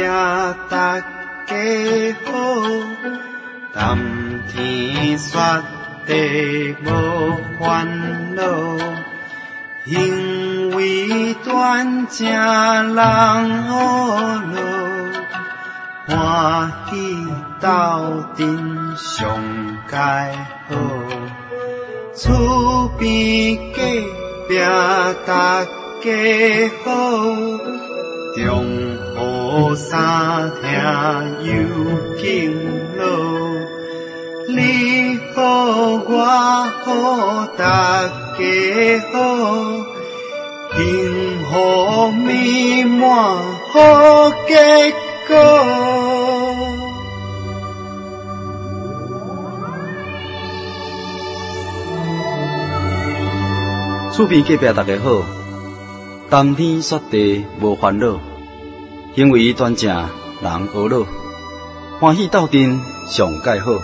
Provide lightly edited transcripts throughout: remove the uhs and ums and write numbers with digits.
大家好，谈天说地无烦恼，行为端正人好路，欢喜斗阵上佳好，厝边隔壁大家好，中好三听有敬老，你好我好大家好，幸福美满好结果。 厝边隔壁大家好，谈天说地无烦恼，行为端正人和乐，欢喜斗阵上佳好。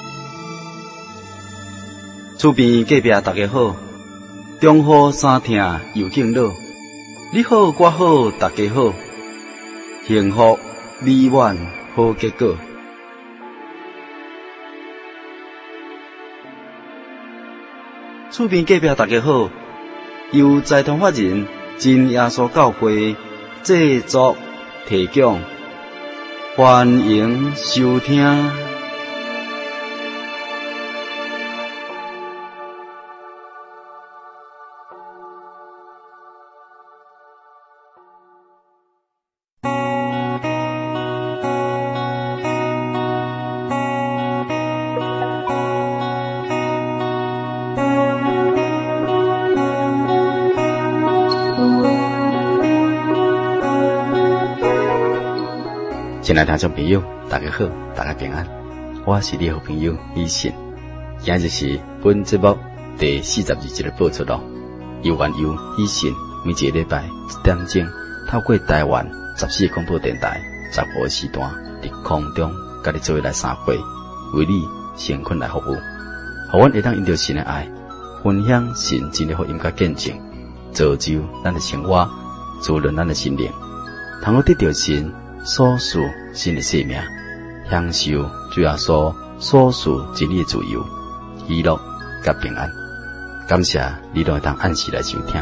厝边隔壁大家好，中好三听又敬老，你好我好大家好，幸福美满好结果。厝边隔壁大家好，由财团法人真耶稣教会制作提供，欢迎收听。亲爱的听众朋友，大家好，大家平安，我是你好朋友李信。今日是本节目第42集的播出咯。由李信每一个礼拜1点钟，透过台湾14个广播电台10号时段，伫空中甲你做伙来相会，为你辛苦来服务，互阮会当因着神的爱，分享神真的福音甲见证，造就咱的生活，滋润咱的心灵，通好得到神所赐新的生命，享受主耶稣所赐真理的自由、喜乐甲平安。感谢你都会当按时来收听。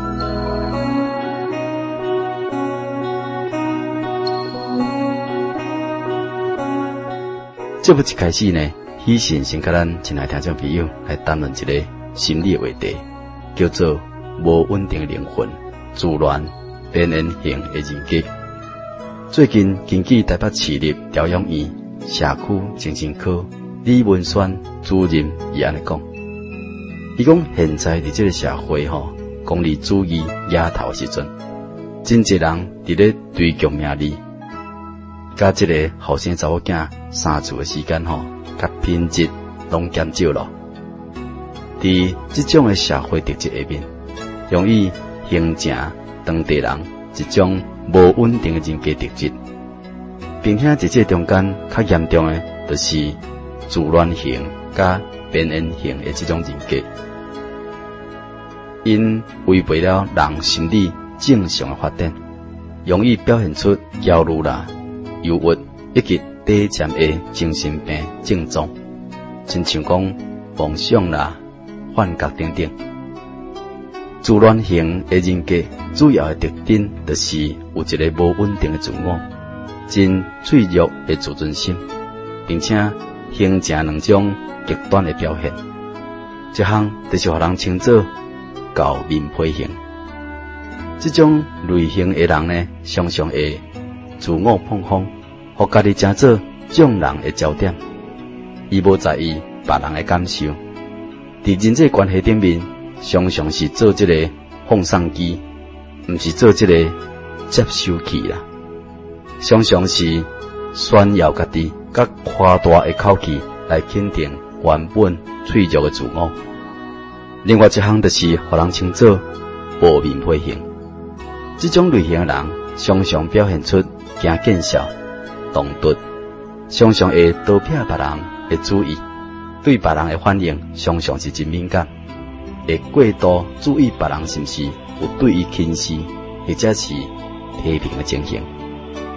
节目一开始呢，喜信先甲咱亲爱听众朋友来谈论一个心理的话题，叫做无稳定的灵魂、自恋、边缘型的人格。最近根据台北市立疗养院社区精神科李文轩主任伊安尼讲，伊讲现在伫这个社会功利主义野头的时阵，真侪人伫咧追求名利，甲这个后生查某囝相处的时间甲品质拢减少了。伫这种的社会特质下面，容易形成当地人一种无稳定的人格特质，并且在这中间较严重的，就是自恋型甲边缘型的这种人格，因违背了人心理正常的发展，容易表现出焦虑啦、忧郁以及低潜的精神病症状，亲像讲妄想啦、幻觉等等。自恋型的人格主要的特点就是有一个无稳定的自我，真脆弱的自尊心，并且形成两种极端的表现。这项就是互人称作厚面皮型。这种类型的人呢，常常会自我膨风，互家己成做众人的焦点，伊无在意别人的感受，伫人际关系顶面，常常是做这个放送机，不是做这个接收器啦。常常是炫耀家己，甲夸大的口气来肯定原本脆弱的自我。另外一项就是互人称作薄面皮型。这种类型的人常常表现出惊见笑、动突，常常会逃避别人的注意，对别人的反应常常是真敏感，会过度注意别人是不是有对伊轻视或者是批评的情形。伫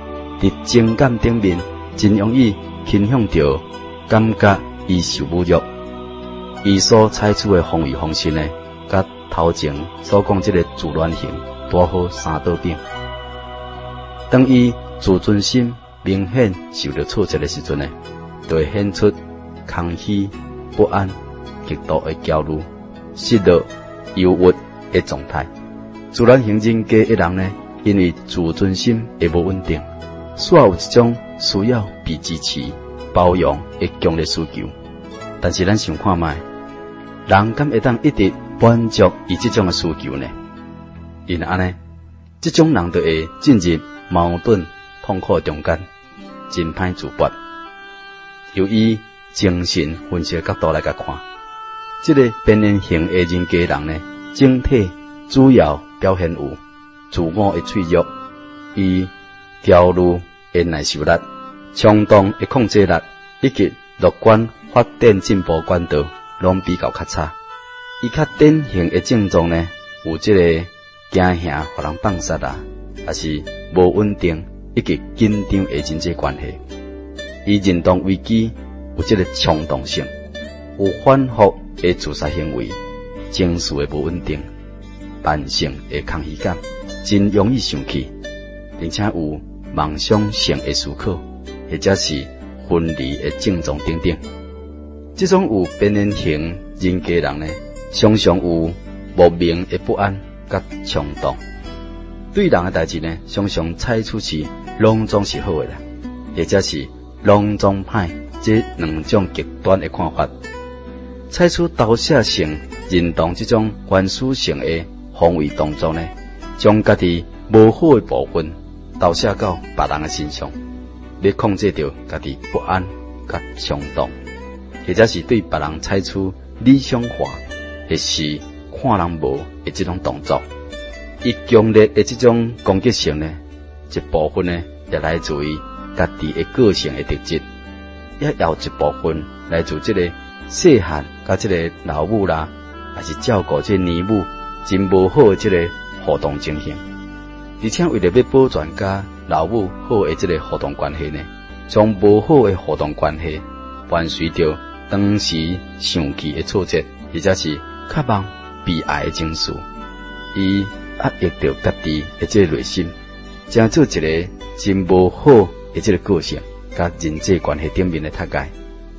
伫情感顶面，真容易倾向着感觉伊受侮辱。伊所采取的防御方式呢，甲头前所讲这个自恋型大好三倒饼。当伊自尊心明显受到挫折的时阵呢，就会显出空虚、不安、极度的焦虑、失落、忧郁的状态。自恋型人格的人呢，因为自尊心会无稳定，煞有一种需要被支持、包容的强烈需求。但是咱想看卖，人敢会当一直满足伊这种的需求呢？因安尼，这种人就会进入矛盾、痛苦中间，真歹自拔。由于精神分析的角度来甲看，这个边缘型的人格人呢，整体主要表现有自我的脆弱，伊焦虑的耐受力、冲动的控制力，以及乐观发展进步管道，拢比较较差。伊较典型的症状呢，有这个惊吓、互人放杀啊，还是无稳定以及紧张的人际关系。伊认同危机有这个冲动性，有反复的自杀行为，情绪的无稳定，慢性的空虚感，真容易生气，并且有妄想性的思考，或者是分离的症状等等。这种有边缘型人格人呢，常常有莫名的不安甲冲动，对人的代志呢，常常采取是拢总是好的啦，或者是拢总歹，这两种极端的看法。采取投射性认同这种原始性的防卫动作呢，将家己无好的部分投射到别人的身上，要控制着家己不安甲冲动，或者是对别人采取理想化或是看人无的这种动作。伊强烈的这种攻击性呢，一部分呢也来自于家己的个性的特质，也有一部分来自这个细汉甲这个老母啦，还是照顾这个年母真无好的这个互动情形。而且为了要保全甲老母好的这个互动关系呢，将无好的互动关系伴随着当时生气的挫折，或者是渴望被爱的情绪，伊压抑着家己的这个内心，成做一个真无好的这个个性，甲人际关系顶面的脱界。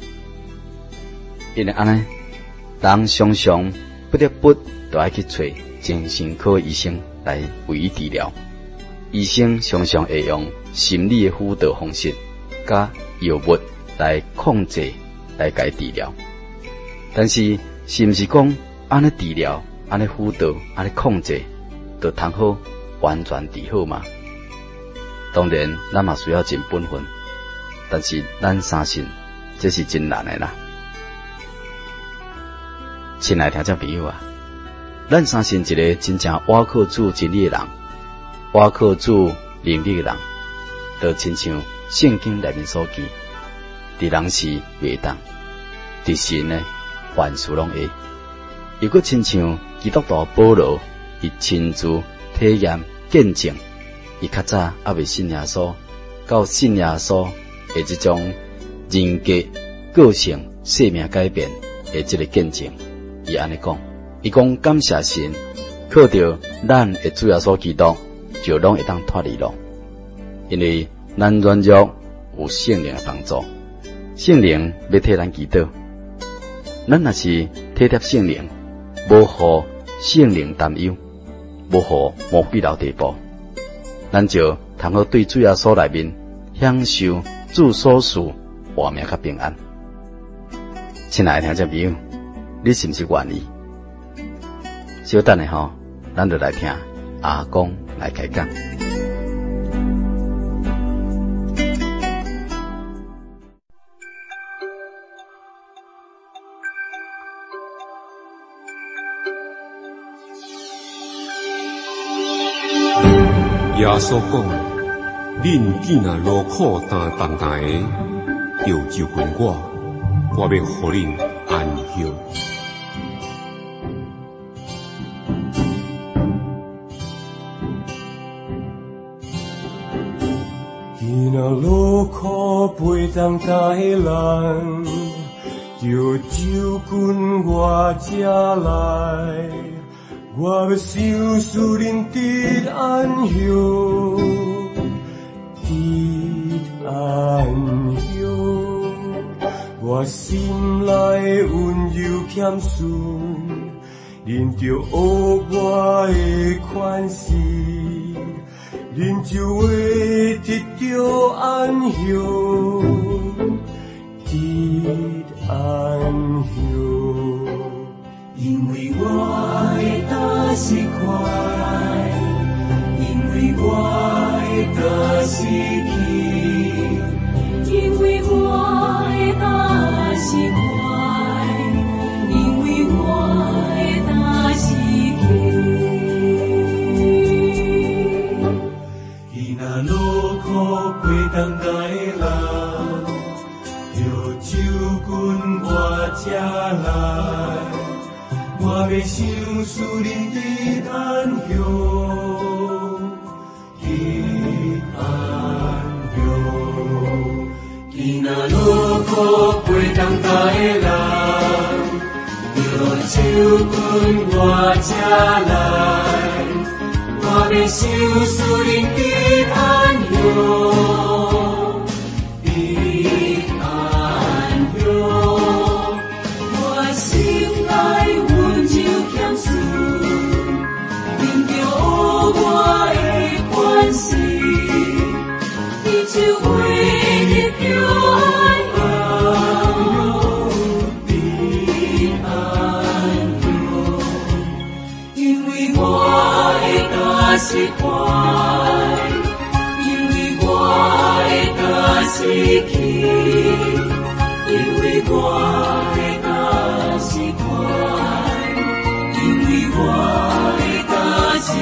因为安尼，人常常不得不都要去找精神科医生来为伊治疗。医生常常会用心理的辅导方式，甲药物来控制，来甲伊治疗。但是，是毋是讲安尼治疗、安尼辅导、安尼控制，就通好完全治好嘛？当然，咱嘛需要尽本分，但是咱相信这是真难的啦。亲爱的听众朋友啊，咱相信一个真正倚靠主真理的人，倚靠主能力的人，就亲像圣经内面所记，伫人是袂当，伫神呢凡事拢会。又搁亲像基督徒保罗，伊亲自体验见证，伊较早还未信耶稣，到信耶稣的这种人格、个性、生命改变的这个见证。伊安尼讲，伊讲感谢神，靠着咱的主耶稣基督，就拢会当脱离咯。因为咱软弱有圣灵的帮助，圣灵要替咱祈祷。咱若是体贴圣灵，无互圣灵担忧，无互魔鬼留地步，咱就通好对主耶稣内面享受主所赐活命甲平安。亲爱的听众朋友，你是不是愿意？稍等下吼，咱就来听阿公来开讲。 耶稣讲：“恁囝仔劳苦担重担的，就就近我要互恁安息。”行若路苦陪同台南，就酒君我这来，我要想思念得安乡，得安乡。我心内温柔欠顺，恁就学我的款式。恁就会得到安乡，得安乡。因为我的答是快，因为我的答是轻，因为我的答是快，因为我的答是轻。路苦陪同台南，就酒君我这来，我要想思念得安乡，得安乡。今仔路苦陪同台南，就酒君我这来。我要想思念得安乡，得安乡。我心内温柔欠顺，恁就学我的款式，你就会得到安乡，得安乡。因为我答是快，因为我的答是轻，因为我的答是快，因为我的答是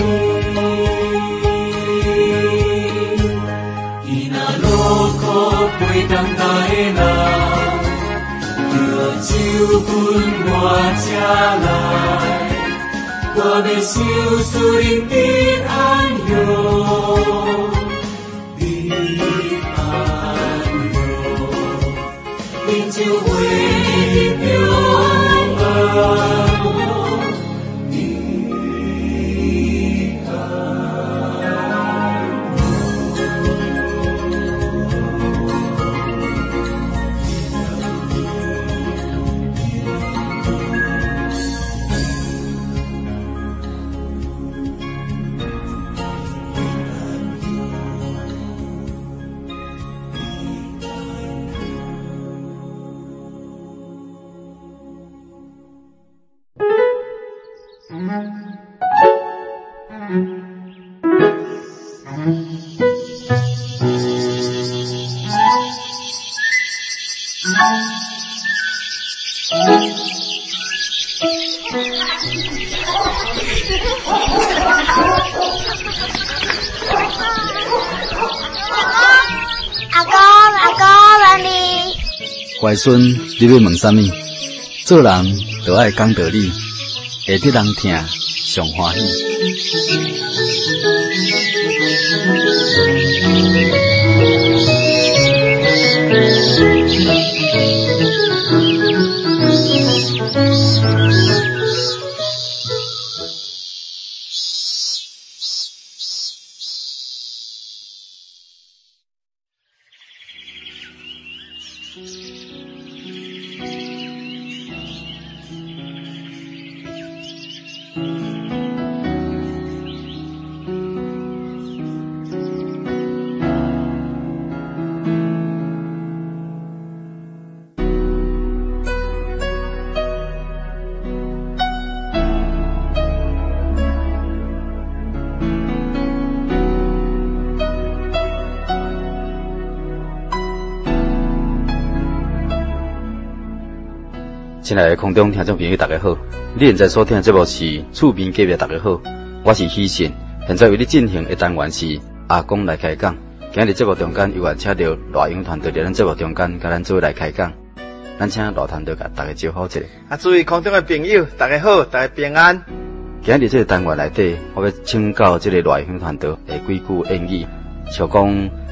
轻。今仔路苦陪同台南，就酒君我这来。我要想思念得安乡，得安乡，恁就会得到安乡，得安外孙，你要问啥物？做人就爱讲道理，会得人听，上欢喜。亲爱的空中听众朋友，大家好！你现在所听的节目是《厝边隔壁》，大家好，我是希信。现在为你进行的单元是阿公来开讲。今日节目中间，有缘请到赖英团队在咱节目中间，甲咱做来开讲。咱请赖团队甲大家招呼一下。 诸位空中的朋友，大家好，大家平安。 今日这个单元内底，我要请教这个赖英团队的几句谚语，像讲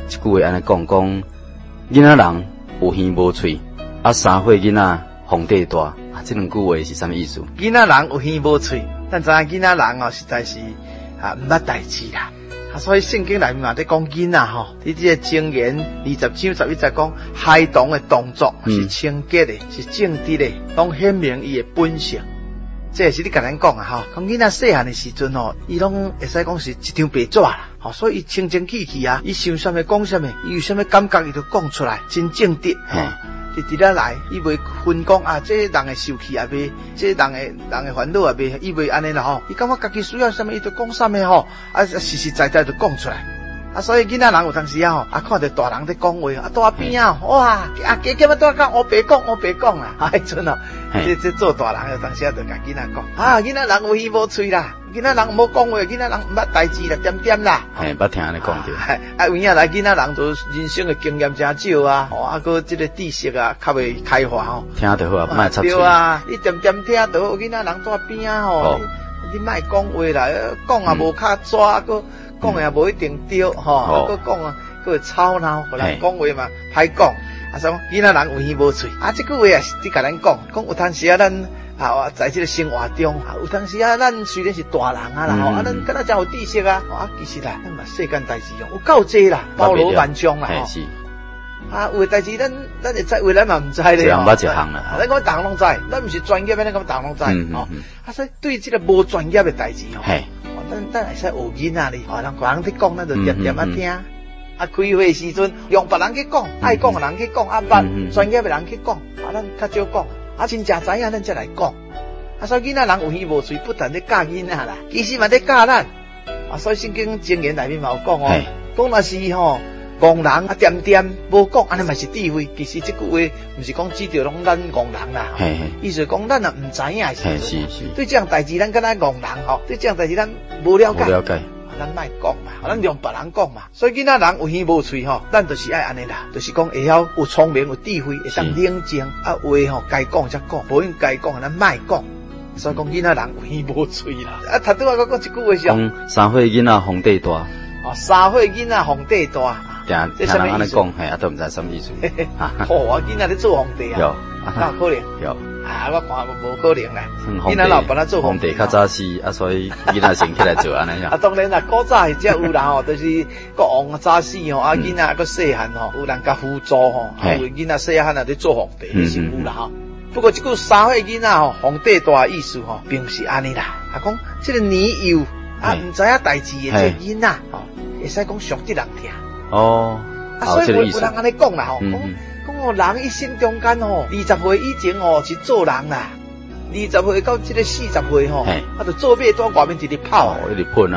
一句话安尼讲，囡仔人有耳无喙，啊3岁囡仔皇帝大，这两句话是啥物意思？ 囡仔人有耳无喙，咱知影囡仔人实在是毋捌代志啦。所以圣经内面嘛在讲囡仔你这个箴言20章11节讲，孩童的动作是清洁的，是正直的，拢显明伊的本性。这是你甲咱讲讲囡仔细汉的时阵伊拢会使讲是一张白纸啦，所以伊清清气气伊想啥物讲啥物，伊有啥物感觉伊就讲出来，真正直直直来，伊袂分讲这人的受气也袂，这人的烦恼也袂，伊袂安尼啦伊感觉家己需要啥物，伊就讲啥物实实在在就讲出来。所以囡仔人有当时看到大人在讲话大边哇加减要讲我白讲啦，迄阵这做大人有当时就甲囡仔讲囡仔人有耳无喙啦，囡仔人无讲话，囡仔人毋捌代志啦，点点啦， 捌听安尼讲着。 有影来囡仔人都人生的经验真少个这个知识较未开发听就好莫插嘴。 对你点点听就好，囡仔人大边你莫讲话啦，讲也无较抓个。讲也无一定对佫讲佫会吵闹，互人讲话嘛歹讲。所以囡仔人有耳无喙这句话也是伫甲咱讲有当时咱在这个生活中有当时咱虽然是大人啦咱敢若真有知识其实啦咱嘛世间代志有够济啦，包罗万象啦有的代志咱会知，有的咱嘛毋知咧。 一项捌一项啦。 咱讲大人拢知，咱毋是专业的，咱讲大人拢知所以对这个无专业的代志咱会使学囡仔哩，人别人伫讲，咱就点点听。开会时阵用别人去讲，爱讲的人去讲，捌专业的人去讲，咱较少讲，真正知影咱才来讲。所以囡仔人有耳无喙，不但咧教囡仔啦，其实嘛咧教咱。所以圣经箴言内面嘛有讲讲若是戆人点点无讲，安尼嘛是智慧。其实这句话毋是讲指着拢咱戆人啦，意思讲咱也毋知影是。对这样代志咱敢若戆人对这样代志咱无了解，咱莫讲嘛，咱用别人讲嘛。所以囡仔人有耳无喙咱就是爱安尼啦，就是讲会晓有聪明有智慧，会当冷静话该讲才讲，无应该讲咱莫讲。所以讲囡仔人有耳无喙啦。头拄我讲一句话是 3岁囡仔皇帝大 3岁囡仔皇帝大。 听人安尼讲，都毋知啥意思。 囡仔咧做皇帝有可能有我看无可能啦。囡仔老爸做皇帝较早死所以囡仔先起来做安尼当然啦，古早只有啦就是国王早死囡仔个细汉有人甲辅助囡仔细汉咧做皇帝是有啦不过这句3岁囡仔皇帝大意思并是安尼啦。讲这个年幼毋知影代志的这囡仔会使讲上得人听。所以有人安尼讲啦讲人一生中间20岁以前是做人啦，20岁到这个40岁就做马在外面直直跑一直喷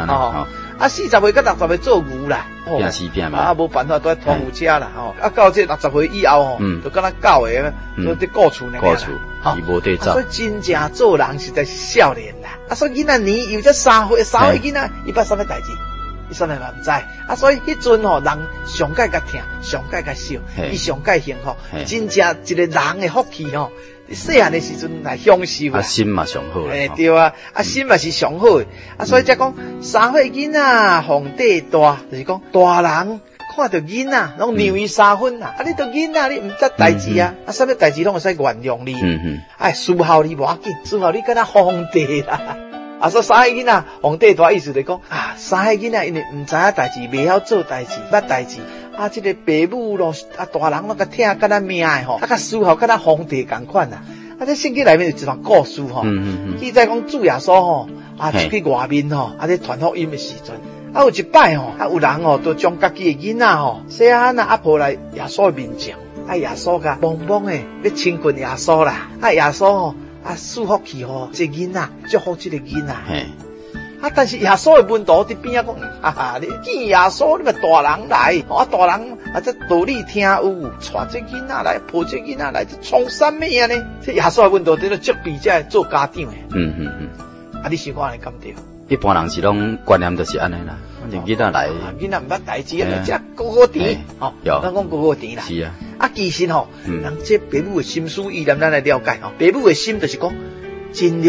40岁到60岁做牛啦拼死拼嘛无办法都拖牛车啦到这60岁以后就敢若狗的都在顾厝呢伊无地走所以真正做人实在是少年啦所以囡仔年幼才3岁囡仔伊捌啥物代志伊啥物嘛毋知所以迄阵人上界甲听上界甲笑伊上界幸福真正一个人的福气细汉的时阵来享受心嘛上好对心嘛是上好的所以才讲3岁囡仔皇帝大就是讲大人看到囡仔拢让伊3分啦你到囡仔你毋知代志啥物代志拢会使原谅你思考你无要紧思考你敢若皇帝啦所以3岁囡仔皇帝大意思就讲3岁囡仔因为毋知影代志袂晓做代志捌代志这个父母咯大人甲听敢若命的甲思考敢若皇帝同款啦这圣经内面有一段故事记载讲主耶稣出去外面在传福音的时阵有一摆有人都将家己的囡仔细汉抱来耶稣的面前耶稣甲懵懵的要亲近耶稣啦耶稣赐福气这囡仔祝福这个囡仔但是耶稣的门徒伫边讲你见耶稣你咪大人来大人这道理听有带这囡仔来抱这囡仔来这创啥物呢这耶稣的门徒在那责备这做家长的你想看安尼敢对一般人是拢观念就是安尼啦反正囡仔来囡仔毋捌代志这高甜咱讲高甜啦是其实人这父母的心思意念咱来了解父母的心就是讲尽量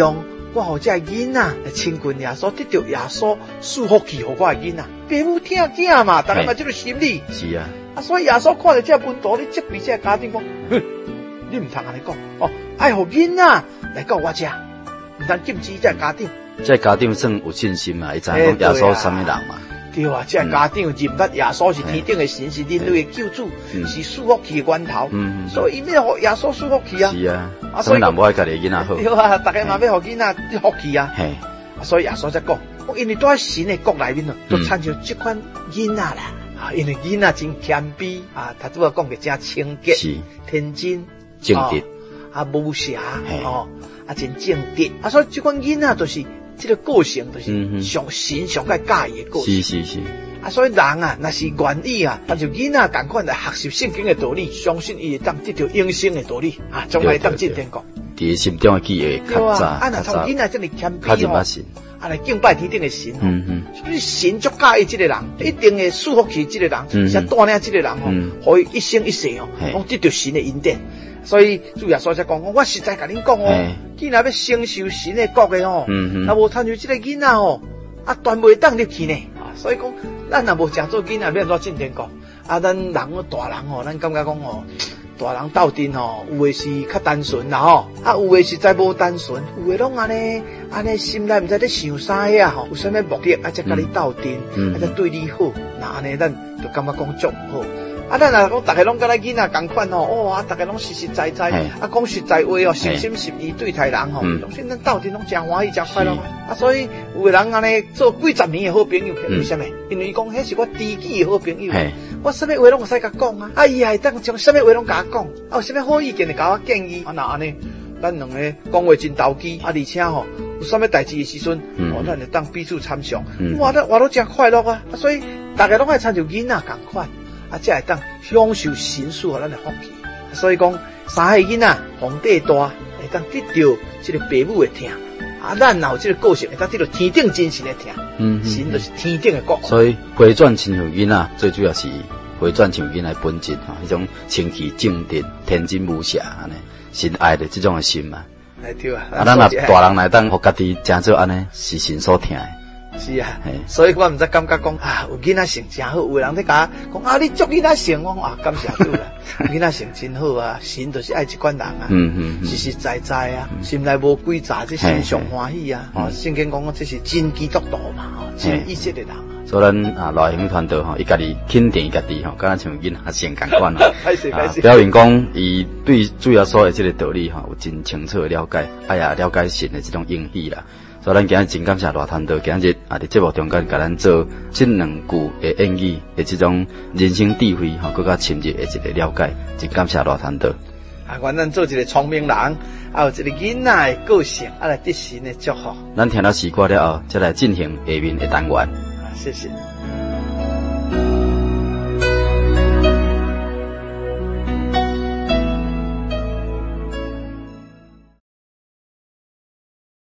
我互这囡仔来亲近耶稣，得到耶稣赐福气，互我的囡仔。父母疼囝嘛，当然嘛，这个心理。 是啊， 所以耶稣看到这温度，你责备这家庭讲，你唔通安尼讲哦，爱互囡仔来到我家，唔通禁止这家庭。 这家长算有信心嘛，伊知影讲耶稣什么人嘛。 对啊，这家长认得耶稣是天顶的神，是人类的救主，是赐福气的源头。所以伊要互耶稣赐福气啊。 是啊，什么人无爱家己囡仔好？ 对啊，大家嘛要互囡仔福气啊。 嘿， 所以耶稣才讲，因为在神的国内面咯，都参照这款囡仔啦。因为囡仔真谦卑啊，他拄仔讲嘅真清洁、天真、 正直无瑕真正直所以这款囡仔就是这个个性，就是上神上介介意的个性。是。所以人啊，若是愿意啊，就囡仔同款来学习圣经的道理，相信伊会当得到永生的道理将来当进天国。 伫心中的记忆较早， 若从囡仔这么谦卑来敬拜天顶的神所以神足介意这个人，一定会束缚起这个人，才带领这个人可以一生一世拢得到神的恩典。所以主耶稣才讲，我实在甲恁讲既然要承受神的国的若无参与这个囡仔断袂当入去呢。所以讲，咱若无诚做囡仔，要安怎进天国？咱人大人咱感觉讲大人斗阵有的是较单纯啦有的实在无单纯，有的拢安尼心内毋知咧想啥呀有啥物目的才甲你斗阵才对你好，那安尼咱就感觉讲足好。咱若讲大家拢甲咱囡仔同款大家拢实实在在讲实在话诚心实意对待人相信咱斗阵拢真欢喜真快乐所以有个人安尼做几十年的好朋友，为什么？因为伊讲迄是我知己的好朋友，我啥物话拢会使甲讲伊会当将啥物话拢甲我讲有啥物好意见就甲我建议那安尼咱两个讲话真投机而且有啥物代志的时阵咱就当彼此参详活得真快乐所以大家拢爱参照囡仔同款才会当享受神赐予咱的福气。所以讲三岁囡仔皇帝大会当得到这个父母的疼咱若有这个个性会当得到天顶真神的疼神就是天顶的国。 所以回转亲像囡仔最主要是回转像囡仔本质迄种清气正直天真无邪安尼神爱的这种的心嘛对咱若大人来当互家己真做安尼是神所疼的。 是所以我毋知感觉讲有囡仔性真好，有人在甲讲你祝囡仔性，我讲感谢主啦，囡仔性真好神就是爱这款人实实在在心内无诡诈，这心上欢喜圣经讲这是真基督徒嘛真意识的人所以咱老兄团队伊家己肯定伊家己敢若像囡仔性同款表现讲伊对主要所有这个道理有真清楚的了解，了解神的这种应许啦。所以咱今日真感谢大团队，今日伫节目中间甲咱做这两句的言语的这种人生智慧更加深入的一个了解，真感谢大团队。 愿咱做一个聪明人，有一个囡仔的个性，来得神的祝福。 咱听到诗歌了后，再来进行下面的单元。 谢谢。